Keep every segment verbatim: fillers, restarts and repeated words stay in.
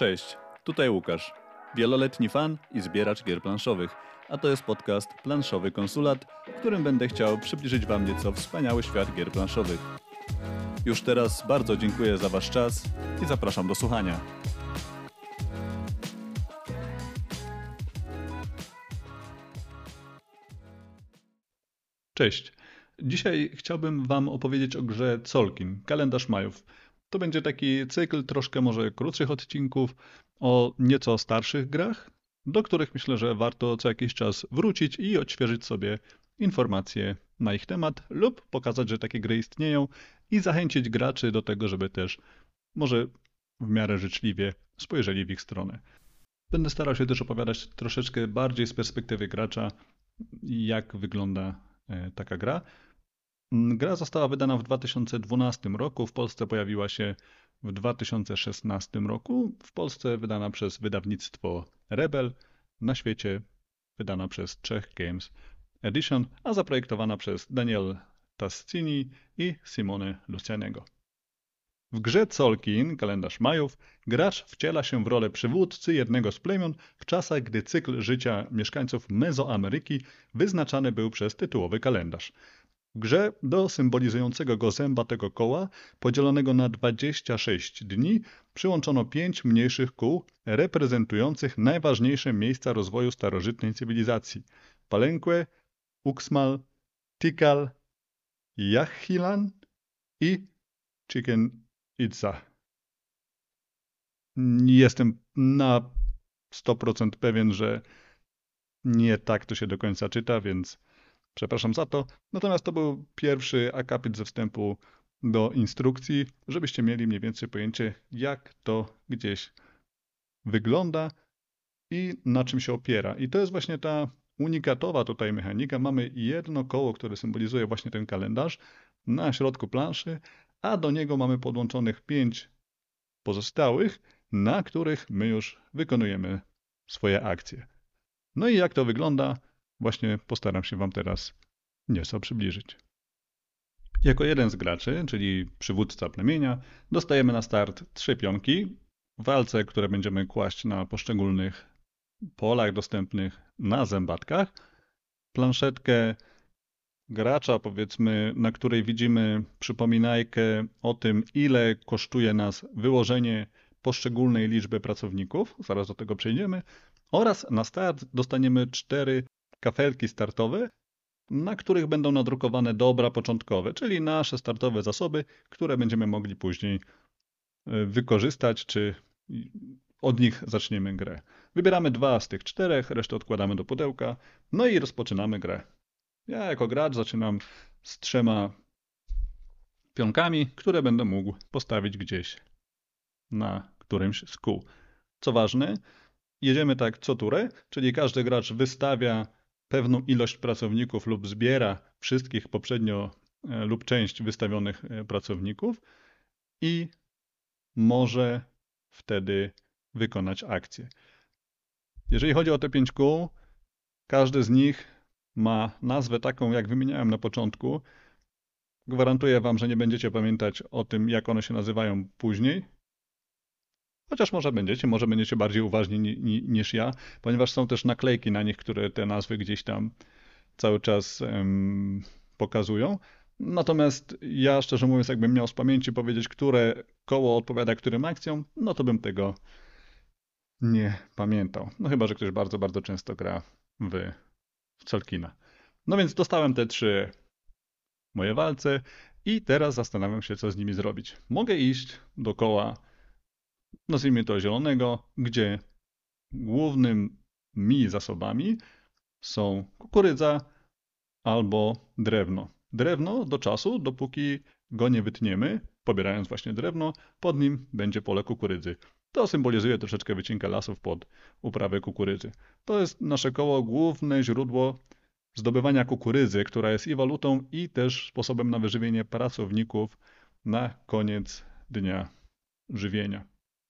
Cześć, tutaj Łukasz, wieloletni fan i zbieracz gier planszowych, a to jest podcast Planszowy Konsulat, w którym będę chciał przybliżyć Wam nieco wspaniały świat gier planszowych. Już teraz bardzo dziękuję za Wasz czas i zapraszam do słuchania. Cześć, dzisiaj chciałbym Wam opowiedzieć o grze Tzolk'in, Kalendarz Majów. To będzie taki cykl troszkę może krótszych odcinków o nieco starszych grach, do których myślę, że warto co jakiś czas wrócić i odświeżyć sobie informacje na ich temat lub pokazać, że takie gry istnieją i zachęcić graczy do tego, żeby też może w miarę życzliwie spojrzeli w ich stronę. Będę starał się też opowiadać troszeczkę bardziej z perspektywy gracza, jak wygląda taka gra. Gra została wydana w dwa tysiące dwunastym roku, w Polsce pojawiła się w dwa tysiące szesnastym roku, w Polsce wydana przez wydawnictwo Rebel, na świecie wydana przez Czech Games Edition, a zaprojektowana przez Daniel Tascini i Simone Lucianiego. W grze Tzolk'in, Kalendarz Majów, gracz wciela się w rolę przywódcy jednego z plemion w czasach, gdy cykl życia mieszkańców Mezoameryki wyznaczany był przez tytułowy kalendarz. W grze do symbolizującego go zębatego koła, podzielonego na dwadzieścia sześć dni, przyłączono pięć mniejszych kół reprezentujących najważniejsze miejsca rozwoju starożytnej cywilizacji: Palenque, Uxmal, Tikal, Yaxchilan i Chichen Itza. Jestem na sto procent pewien, że nie tak to się do końca czyta, więc przepraszam za to. Natomiast to był pierwszy akapit ze wstępu do instrukcji, żebyście mieli mniej więcej pojęcie, jak to gdzieś wygląda i na czym się opiera. I to jest właśnie ta unikatowa tutaj mechanika. Mamy jedno koło, które symbolizuje właśnie ten kalendarz na środku planszy, a do niego mamy podłączonych pięć pozostałych, na których my już wykonujemy swoje akcje. No i jak to wygląda, właśnie postaram się Wam teraz nieco przybliżyć. Jako jeden z graczy, czyli przywódca plemienia, dostajemy na start trzy pionki w walce, które będziemy kłaść na poszczególnych polach dostępnych na zębatkach. Planszetkę gracza, powiedzmy, na której widzimy przypominajkę o tym, ile kosztuje nas wyłożenie poszczególnej liczby pracowników, zaraz do tego przejdziemy, oraz na start dostaniemy cztery kafelki startowe, na których będą nadrukowane dobra początkowe, czyli nasze startowe zasoby, które będziemy mogli później wykorzystać, czy od nich zaczniemy grę. Wybieramy dwa z tych czterech, resztę odkładamy do pudełka, no i rozpoczynamy grę. Ja jako gracz zaczynam z trzema pionkami, które będę mógł postawić gdzieś na którymś z kół. Co ważne, jedziemy tak co turę, czyli każdy gracz wystawia pewną ilość pracowników lub zbiera wszystkich poprzednio lub część wystawionych pracowników i może wtedy wykonać akcję. Jeżeli chodzi o te pięć kół, każdy z nich ma nazwę taką, jak wymieniałem na początku. Gwarantuję Wam, że nie będziecie pamiętać o tym, jak one się nazywają później. Chociaż może będziecie, może będziecie bardziej uważni ni, ni, niż ja, ponieważ są też naklejki na nich, które te nazwy gdzieś tam cały czas um, pokazują. Natomiast ja, szczerze mówiąc, jakbym miał z pamięci powiedzieć, które koło odpowiada którym akcjom, no to bym tego nie pamiętał. No chyba, że ktoś bardzo, bardzo często gra w, w Tzolk'ina. No więc dostałem te trzy moje walce i teraz zastanawiam się, co z nimi zrobić. Mogę iść do koła, nazwijmy to zielonego, gdzie głównymi zasobami są kukurydza albo drewno. Drewno do czasu, dopóki go nie wytniemy, pobierając właśnie drewno, pod nim będzie pole kukurydzy. To symbolizuje troszeczkę wycinkę lasów pod uprawę kukurydzy. To jest nasze koło, główne źródło zdobywania kukurydzy, która jest i walutą, i też sposobem na wyżywienie pracowników na koniec dnia żywienia.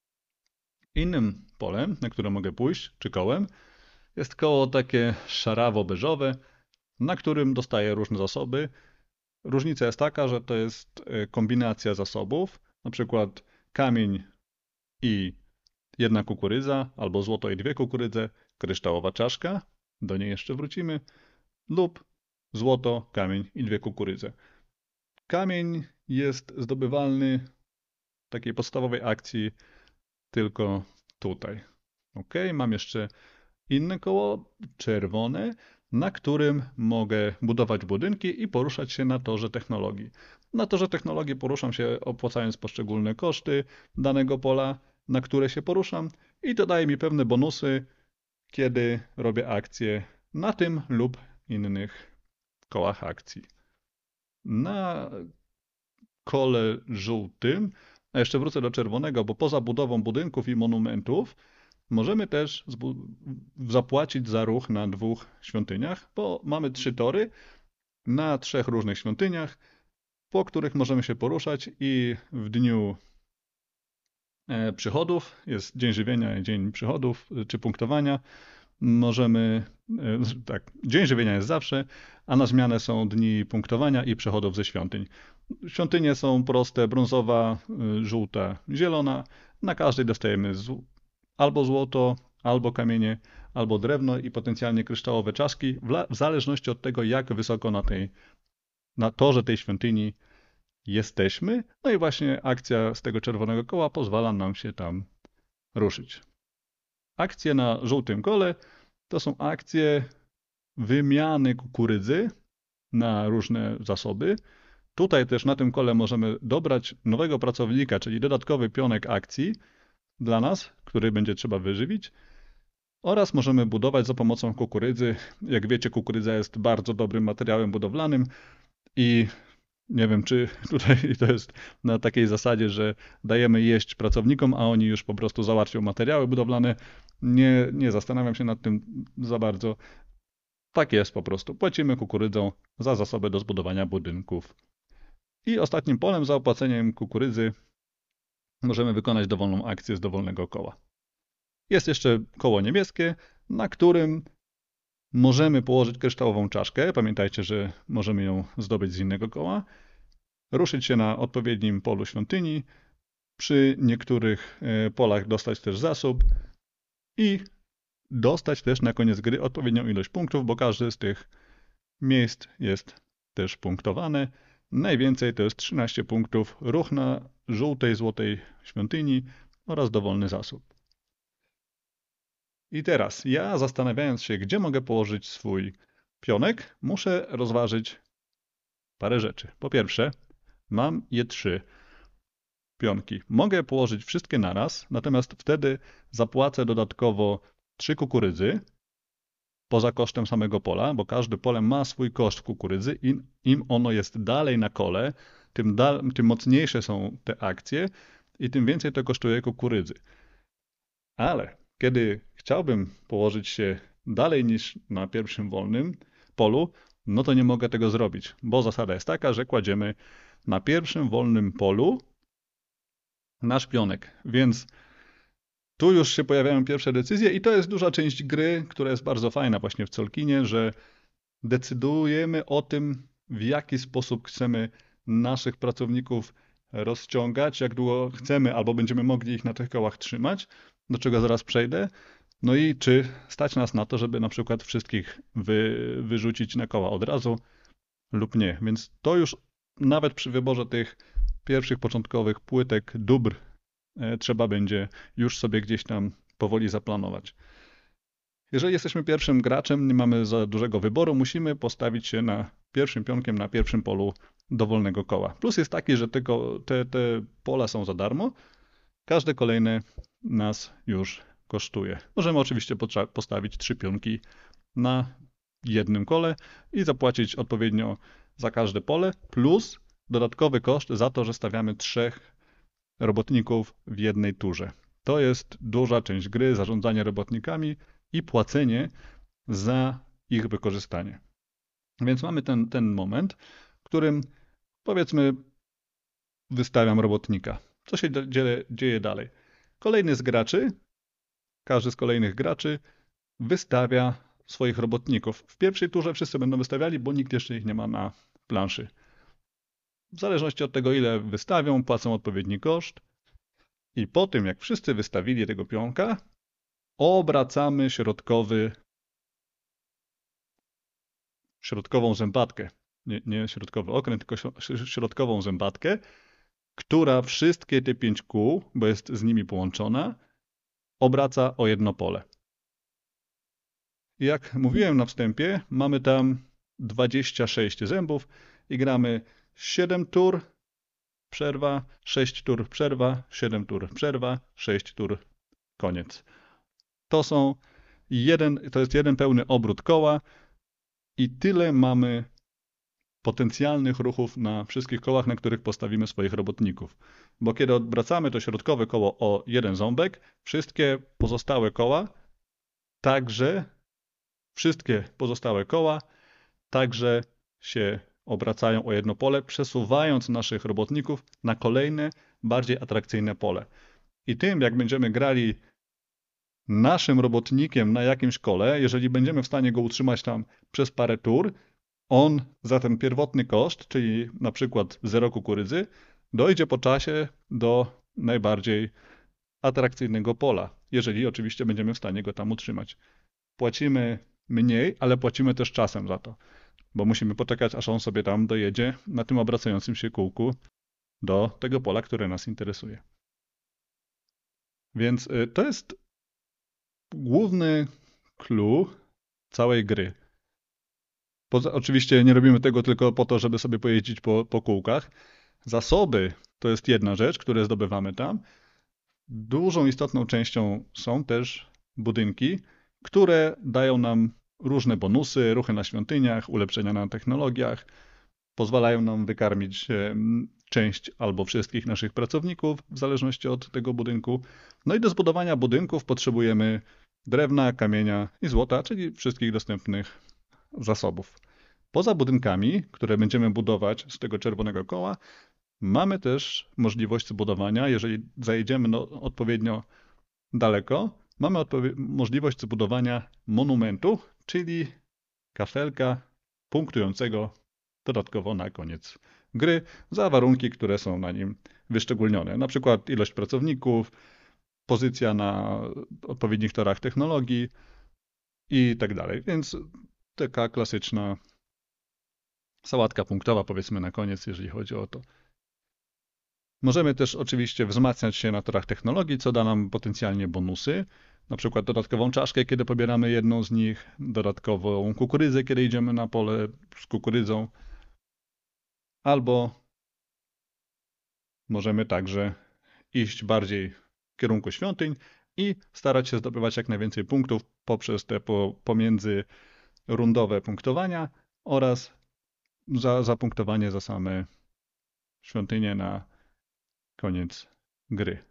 Innym polem, na które mogę pójść, czy kołem, jest koło takie szarawo-beżowe, na którym dostaję różne zasoby. Różnica jest taka, że to jest kombinacja zasobów, na przykład kamień i jedna kukurydza, albo złoto i dwie kukurydze, kryształowa czaszka, do niej jeszcze wrócimy, lub złoto, kamień i dwie kukurydze. Kamień jest zdobywalny w takiej podstawowej akcji tylko tutaj. Ok, mam jeszcze inne koło, czerwone, na którym mogę budować budynki i poruszać się na torze technologii. Na torze technologii poruszam się opłacając poszczególne koszty danego pola, na które się poruszam i to daje mi pewne bonusy, kiedy robię akcje na tym lub innych kołach akcji. Na kole żółtym, a jeszcze wrócę do czerwonego, bo poza budową budynków i monumentów możemy też zapłacić za ruch na dwóch świątyniach, bo mamy trzy tory na trzech różnych świątyniach, po których możemy się poruszać i w dniu przychodów, jest dzień żywienia i dzień przychodów czy punktowania, możemy, tak, dzień żywienia jest zawsze, a na zmianę są dni punktowania i przechodów ze świątyń. Świątynie są proste, brązowa, żółta, zielona. Na każdej dostajemy albo złoto, albo kamienie, albo drewno i potencjalnie kryształowe czaszki, w zależności od tego, jak wysoko na, tej, na torze tej świątyni jesteśmy. No i właśnie akcja z tego czerwonego koła pozwala nam się tam ruszyć. Akcje na żółtym kole to są akcje wymiany kukurydzy na różne zasoby. Tutaj też na tym kole możemy dobrać nowego pracownika, czyli dodatkowy pionek akcji dla nas, który będzie trzeba wyżywić. Oraz możemy budować za pomocą kukurydzy. Jak wiecie, kukurydza jest bardzo dobrym materiałem budowlanym i nie wiem, czy tutaj to jest na takiej zasadzie, że dajemy jeść pracownikom, a oni już po prostu załatwią materiały budowlane. Nie, nie zastanawiam się nad tym za bardzo. Tak jest po prostu. Płacimy kukurydzą za zasoby do zbudowania budynków. I ostatnim polem za opłaceniem kukurydzy możemy wykonać dowolną akcję z dowolnego koła. Jest jeszcze koło niebieskie, na którym możemy położyć kryształową czaszkę. Pamiętajcie, że możemy ją zdobyć z innego koła. Ruszyć się na odpowiednim polu świątyni. Przy niektórych polach dostać też zasób i dostać też na koniec gry odpowiednią ilość punktów, bo każdy z tych miejsc jest też punktowane. Najwięcej to jest trzynaście punktów, ruch na żółtej, złotej świątyni oraz dowolny zasób. I teraz ja, zastanawiając się, gdzie mogę położyć swój pionek, muszę rozważyć parę rzeczy. Po pierwsze, mam je trzy pionki. Mogę położyć wszystkie naraz, natomiast wtedy zapłacę dodatkowo trzy kukurydzy poza kosztem samego pola, bo każde pole ma swój koszt kukurydzy i im ono jest dalej na kole, tym, da, tym mocniejsze są te akcje i tym więcej to kosztuje kukurydzy. Ale kiedy chciałbym położyć się dalej niż na pierwszym wolnym polu, no to nie mogę tego zrobić, bo zasada jest taka, że kładziemy na pierwszym wolnym polu nasz pionek, więc tu już się pojawiają pierwsze decyzje i to jest duża część gry, która jest bardzo fajna właśnie w Colkinie, że decydujemy o tym, w jaki sposób chcemy naszych pracowników rozciągać, jak długo chcemy albo będziemy mogli ich na tych kołach trzymać, do czego zaraz przejdę. No i czy stać nas na to, żeby na przykład wszystkich wy, wyrzucić na koła od razu lub nie. Więc to już nawet przy wyborze tych pierwszych początkowych płytek dóbr e, trzeba będzie już sobie gdzieś tam powoli zaplanować. Jeżeli jesteśmy pierwszym graczem, nie mamy za dużego wyboru, musimy postawić się na pierwszym pionkiem na pierwszym polu dowolnego koła. Plus jest taki, że tylko te, te pola są za darmo, każde kolejne nas już kosztuje. Możemy oczywiście postawić trzy pionki na jednym kole i zapłacić odpowiednio za każde pole, plus dodatkowy koszt za to, że stawiamy trzech robotników w jednej turze. To jest duża część gry, zarządzanie robotnikami i płacenie za ich wykorzystanie. Więc mamy ten, ten moment, w którym powiedzmy wystawiam robotnika. Co się dzieje, dzieje dalej? Kolejny z graczy, każdy z kolejnych graczy wystawia swoich robotników. W pierwszej turze wszyscy będą wystawiali, bo nikt jeszcze ich nie ma na planszy. W zależności od tego, ile wystawią, płacą odpowiedni koszt. I po tym, jak wszyscy wystawili tego pionka, obracamy środkowy, środkową zębatkę. Nie, nie środkowy okręt, tylko środkową zębatkę, która wszystkie te pięć kół, bo jest z nimi połączona, obraca o jedno pole. Jak mówiłem na wstępie, mamy tam dwadzieścia sześć zębów i gramy siedem tur, przerwa, sześć tur, przerwa, siedem tur, przerwa, sześć tur, koniec. To są jeden, to jest jeden pełny obrót koła i tyle mamy potencjalnych ruchów na wszystkich kołach, na których postawimy swoich robotników. Bo kiedy odwracamy to środkowe koło o jeden ząbek, wszystkie pozostałe koła także wszystkie pozostałe koła także się obracają o jedno pole, przesuwając naszych robotników na kolejne, bardziej atrakcyjne pole. I tym, jak będziemy grali naszym robotnikiem na jakimś kole, jeżeli będziemy w stanie go utrzymać tam przez parę tur, on za ten pierwotny koszt, czyli na przykład zero kukurydzy, dojdzie po czasie do najbardziej atrakcyjnego pola, jeżeli oczywiście będziemy w stanie go tam utrzymać. Płacimy mniej, ale płacimy też czasem za to, bo musimy poczekać, aż on sobie tam dojedzie na tym obracającym się kółku do tego pola, które nas interesuje. Więc to jest główny clue całej gry. Poza, oczywiście nie robimy tego tylko po to, żeby sobie pojeździć po, po kółkach. Zasoby to jest jedna rzecz, które zdobywamy tam. Dużą istotną częścią są też budynki, które dają nam różne bonusy, ruchy na świątyniach, ulepszenia na technologiach, pozwalają nam wykarmić część albo wszystkich naszych pracowników, w zależności od tego budynku. No i do zbudowania budynków potrzebujemy drewna, kamienia i złota, czyli wszystkich dostępnych zasobów. Poza budynkami, które będziemy budować z tego czerwonego koła, mamy też możliwość zbudowania, jeżeli zajedziemy no, odpowiednio daleko, mamy możliwość zbudowania monumentu, czyli kafelka punktującego dodatkowo na koniec gry za warunki, które są na nim wyszczególnione. Na przykład ilość pracowników, pozycja na odpowiednich torach technologii i tak dalej. Więc taka klasyczna sałatka punktowa, powiedzmy na koniec, jeżeli chodzi o to. Możemy też oczywiście wzmacniać się na torach technologii, co da nam potencjalnie bonusy, na przykład dodatkową czaszkę, kiedy pobieramy jedną z nich, dodatkową kukurydzę, kiedy idziemy na pole z kukurydzą, albo możemy także iść bardziej w kierunku świątyń i starać się zdobywać jak najwięcej punktów poprzez te pomiędzyrundowe punktowania oraz za zapunktowanie za same świątynie na koniec gry.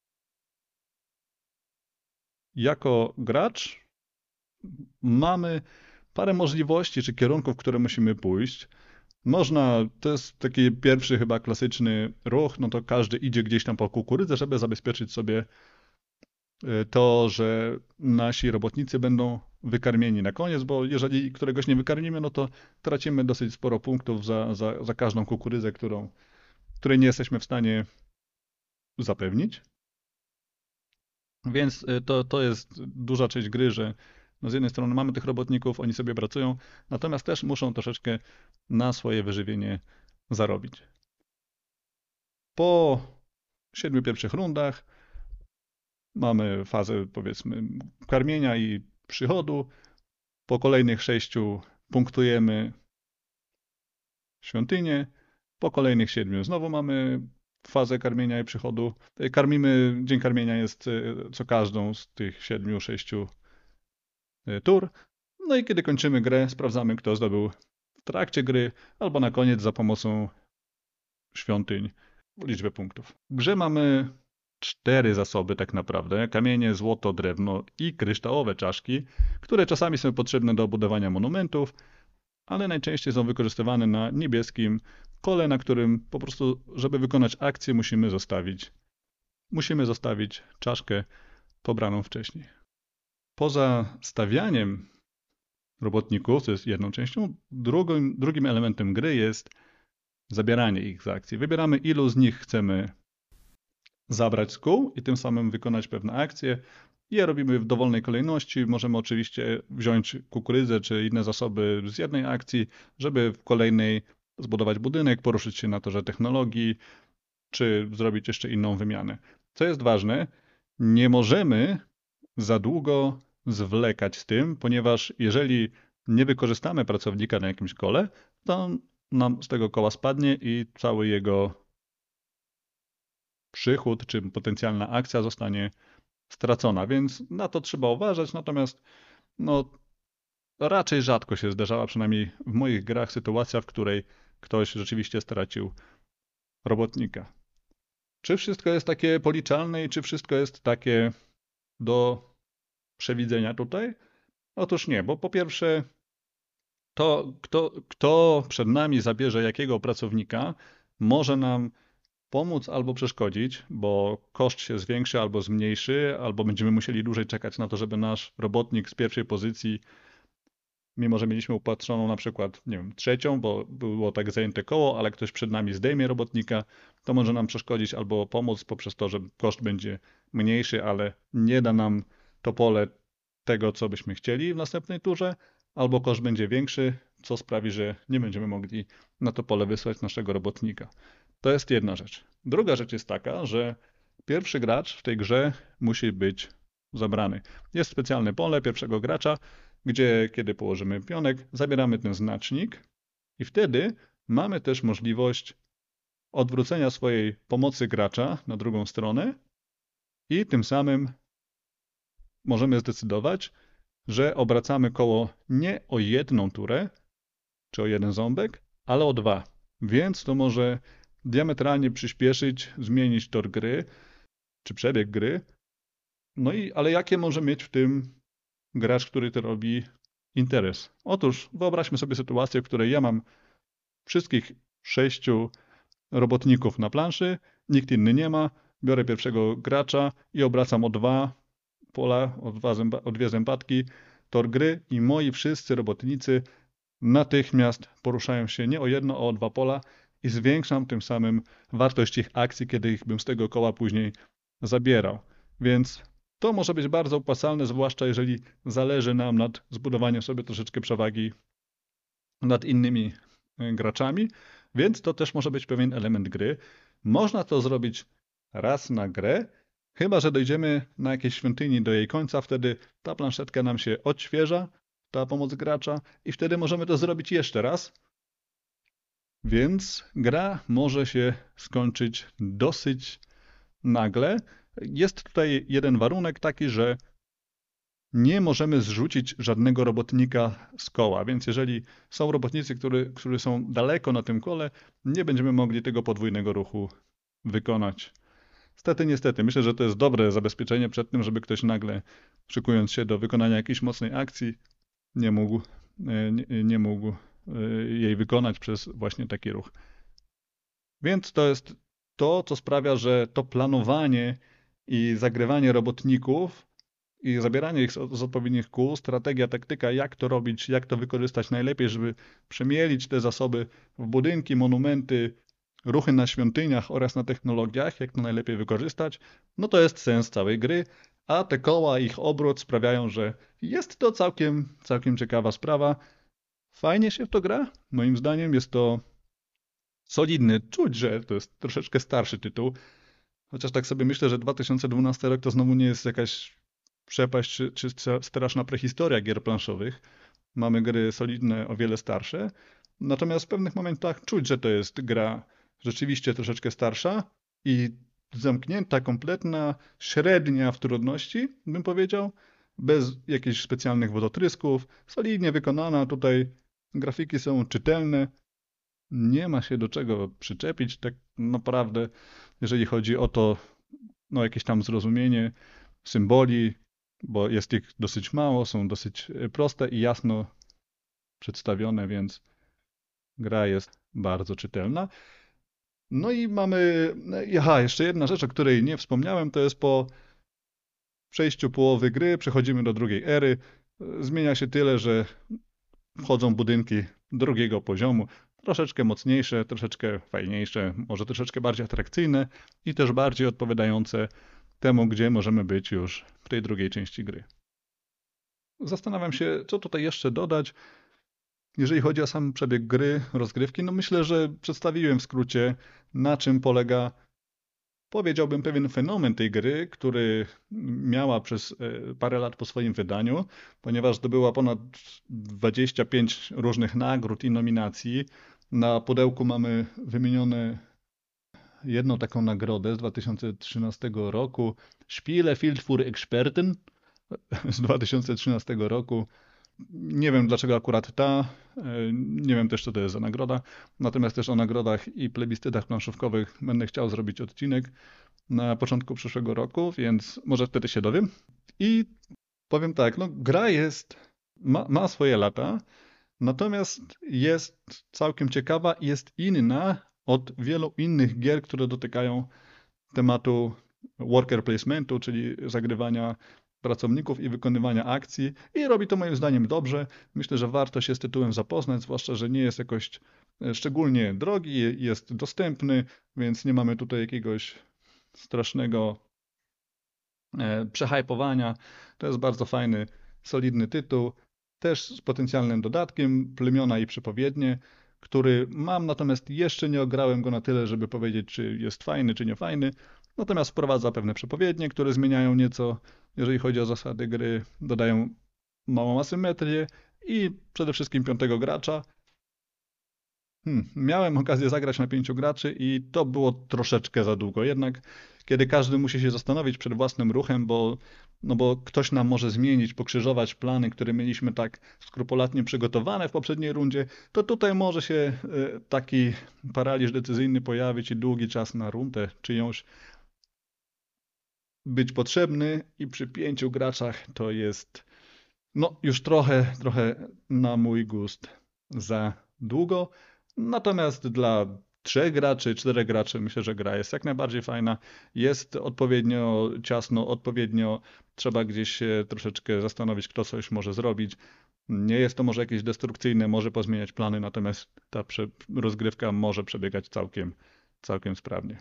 Jako gracz mamy parę możliwości czy kierunków, w które musimy pójść. Można, to jest taki pierwszy chyba klasyczny ruch, no to każdy idzie gdzieś tam po kukurydzę, żeby zabezpieczyć sobie to, że nasi robotnicy będą wykarmieni na koniec, bo jeżeli któregoś nie wykarmimy, no to tracimy dosyć sporo punktów za, za, za każdą kukurydzę, którą, której nie jesteśmy w stanie zapewnić. Więc to, to jest duża część gry, że no z jednej strony mamy tych robotników, oni sobie pracują, natomiast też muszą troszeczkę na swoje wyżywienie zarobić. Po siedmiu pierwszych rundach mamy fazę, powiedzmy, karmienia i przychodu. Po kolejnych sześciu punktujemy świątynię. Po kolejnych siedmiu znowu mamy fazę karmienia i przychodu. Karmimy, dzień karmienia jest co każdą z tych siedmiu, sześciu tur. No i kiedy kończymy grę, sprawdzamy, kto zdobył w trakcie gry, albo na koniec za pomocą świątyń liczbę punktów. W grze mamy cztery zasoby tak naprawdę. Kamienie, złoto, drewno i kryształowe czaszki, które czasami są potrzebne do budowania monumentów, ale najczęściej są wykorzystywane na niebieskim kole, na którym po prostu, żeby wykonać akcję, musimy zostawić, musimy zostawić czaszkę pobraną wcześniej. Poza stawianiem robotników, co jest jedną częścią, drugim, drugim elementem gry jest zabieranie ich z akcji. Wybieramy, ilu z nich chcemy zabrać z kół i tym samym wykonać pewne akcje. Je robimy w dowolnej kolejności. Możemy oczywiście wziąć kukurydzę czy inne zasoby z jednej akcji, żeby w kolejnej zbudować budynek, poruszyć się na torze technologii, czy zrobić jeszcze inną wymianę. Co jest ważne, nie możemy za długo zwlekać z tym, ponieważ jeżeli nie wykorzystamy pracownika na jakimś kole, to on nam z tego koła spadnie i cały jego przychód czy potencjalna akcja zostanie stracona, więc na to trzeba uważać. Natomiast no, raczej rzadko się zdarzała, przynajmniej w moich grach, sytuacja, w której ktoś rzeczywiście stracił robotnika. Czy wszystko jest takie policzalne i czy wszystko jest takie do przewidzenia tutaj? Otóż nie, bo po pierwsze, to kto, kto przed nami zabierze jakiego pracownika, może nam pomóc albo przeszkodzić, bo koszt się zwiększy albo zmniejszy, albo będziemy musieli dłużej czekać na to, żeby nasz robotnik z pierwszej pozycji, mimo że mieliśmy upatrzoną na przykład, nie wiem, trzecią, bo było tak zajęte koło, ale ktoś przed nami zdejmie robotnika, to może nam przeszkodzić albo pomóc poprzez to, że koszt będzie mniejszy, ale nie da nam to pole tego, co byśmy chcieli w następnej turze, albo koszt będzie większy, co sprawi, że nie będziemy mogli na to pole wysłać naszego robotnika. To jest jedna rzecz. Druga rzecz jest taka, że pierwszy gracz w tej grze musi być zabrany. Jest specjalne pole pierwszego gracza, gdzie kiedy położymy pionek, zabieramy ten znacznik i wtedy mamy też możliwość odwrócenia swojej pomocy gracza na drugą stronę i tym samym możemy zdecydować, że obracamy koło nie o jedną turę, czy o jeden ząbek, ale o dwa. Więc to może diametralnie przyspieszyć, zmienić tor gry, czy przebieg gry. No i, ale jakie może mieć w tym gracz, który to robi, interes? Otóż wyobraźmy sobie sytuację, w której ja mam wszystkich sześciu robotników na planszy, nikt inny nie ma, biorę pierwszego gracza i obracam o dwa pola, o, dwa zęba, o dwie zębatki tor gry i moi wszyscy robotnicy natychmiast poruszają się nie o jedno, a o dwa pola i zwiększam tym samym wartość ich akcji, kiedy ich bym z tego koła później zabierał. Więc to może być bardzo opłacalne, zwłaszcza jeżeli zależy nam nad zbudowaniem sobie troszeczkę przewagi nad innymi graczami, więc to też może być pewien element gry. Można to zrobić raz na grę, chyba że dojdziemy na jakiejś świątyni do jej końca, wtedy ta planszetka nam się odświeża, ta pomoc gracza i wtedy możemy to zrobić jeszcze raz. Więc gra może się skończyć dosyć nagle. Jest tutaj jeden warunek taki, że nie możemy zrzucić żadnego robotnika z koła, więc jeżeli są robotnicy, który, którzy są daleko na tym kole, nie będziemy mogli tego podwójnego ruchu wykonać. Niestety, niestety, myślę, że to jest dobre zabezpieczenie przed tym, żeby ktoś nagle, szykując się do wykonania jakiejś mocnej akcji, nie mógł, nie, nie mógł jej wykonać przez właśnie taki ruch. Więc to jest to, co sprawia, że to planowanie i zagrywanie robotników i zabieranie ich z, z odpowiednich kół, strategia, taktyka, jak to robić, jak to wykorzystać najlepiej, żeby przemielić te zasoby w budynki, monumenty, ruchy na świątyniach oraz na technologiach, jak to najlepiej wykorzystać, no to jest sens całej gry, a te koła, ich obrót sprawiają, że jest to całkiem, całkiem ciekawa sprawa. Fajnie się w to gra, moim zdaniem jest to solidny, czuć, że to jest troszeczkę starszy tytuł, chociaż tak sobie myślę, że dwa tysiące dwunasty rok to znowu nie jest jakaś przepaść czy, czy straszna prehistoria gier planszowych. Mamy gry solidne, o wiele starsze. Natomiast w pewnych momentach czuć, że to jest gra rzeczywiście troszeczkę starsza i zamknięta, kompletna, średnia w trudności, bym powiedział, bez jakichś specjalnych wodotrysków, solidnie wykonana. Tutaj grafiki są czytelne, nie ma się do czego przyczepić tak naprawdę, jeżeli chodzi o to, no jakieś tam zrozumienie symboli, bo jest ich dosyć mało, są dosyć proste i jasno przedstawione, więc gra jest bardzo czytelna. No i mamy, aha, jeszcze jedna rzecz, o której nie wspomniałem, to jest po przejściu połowy gry, przechodzimy do drugiej ery. Zmienia się tyle, że wchodzą budynki drugiego poziomu. troszeczkę mocniejsze, troszeczkę fajniejsze, może troszeczkę bardziej atrakcyjne i też bardziej odpowiadające temu, gdzie możemy być już w tej drugiej części gry. Zastanawiam się, co tutaj jeszcze dodać. Jeżeli chodzi o sam przebieg gry, rozgrywki, no myślę, że przedstawiłem w skrócie, na czym polega, powiedziałbym, pewien fenomen tej gry, który miała przez e, parę lat po swoim wydaniu, ponieważ zdobyła ponad dwadzieścia pięć różnych nagród i nominacji. Na pudełku mamy wymienione jedną taką nagrodę z dwa tysiące trzynastego roku, Spiele Field für Experten z dwa tysiące trzynastego roku. Nie wiem dlaczego akurat ta, nie wiem też co to jest za nagroda, natomiast też o nagrodach i plebiscytach planszówkowych będę chciał zrobić odcinek na początku przyszłego roku, więc może wtedy się dowiem. I powiem tak, no gra jest, ma, ma swoje lata, natomiast jest całkiem ciekawa i jest inna od wielu innych gier, które dotykają tematu worker placementu, czyli zagrywania pracowników i wykonywania akcji i robi to moim zdaniem dobrze. Myślę, że warto się z tytułem zapoznać, zwłaszcza, że nie jest jakoś szczególnie drogi, jest dostępny, więc nie mamy tutaj jakiegoś strasznego przehypowania. To jest bardzo fajny, solidny tytuł, też z potencjalnym dodatkiem, plemiona i przepowiednie, który mam, natomiast jeszcze nie ograłem go na tyle, żeby powiedzieć, czy jest fajny, czy nie fajny. Natomiast wprowadza pewne przepowiednie, które zmieniają nieco, jeżeli chodzi o zasady gry, dodają małą asymetrię i przede wszystkim piątego gracza. Hmm, miałem okazję zagrać na pięciu graczy i to było troszeczkę za długo. Jednak kiedy każdy musi się zastanowić przed własnym ruchem, bo, no bo ktoś nam może zmienić, pokrzyżować plany, które mieliśmy tak skrupulatnie przygotowane w poprzedniej rundzie, to tutaj może się e, taki paraliż decyzyjny pojawić i długi czas na rundę czyjąś być potrzebny i przy pięciu graczach to jest no już trochę, trochę na mój gust za długo. Natomiast dla trzech graczy, czterech graczy myślę, że gra jest jak najbardziej fajna. Jest odpowiednio ciasno, odpowiednio trzeba gdzieś się troszeczkę zastanowić, kto coś może zrobić. Nie jest to może jakieś destrukcyjne, może pozmieniać plany, natomiast ta prze- rozgrywka może przebiegać całkiem, całkiem sprawnie.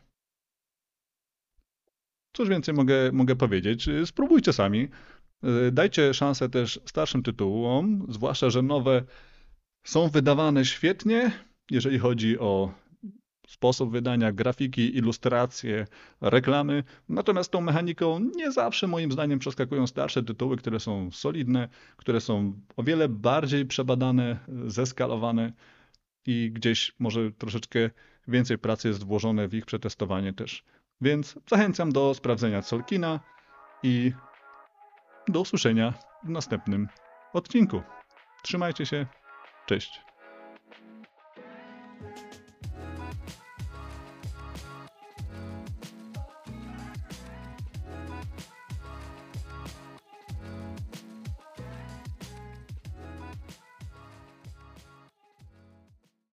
Cóż więcej mogę, mogę powiedzieć? Spróbujcie sami. Dajcie szansę też starszym tytułom, zwłaszcza, że nowe są wydawane świetnie, jeżeli chodzi o sposób wydania, grafiki, ilustracje, reklamy. Natomiast tą mechaniką nie zawsze moim zdaniem przeskakują starsze tytuły, które są solidne, które są o wiele bardziej przebadane, zeskalowane i gdzieś może troszeczkę więcej pracy jest włożone w ich przetestowanie też. Więc zachęcam do sprawdzenia Solkina i do usłyszenia w następnym odcinku. Trzymajcie się. Cześć.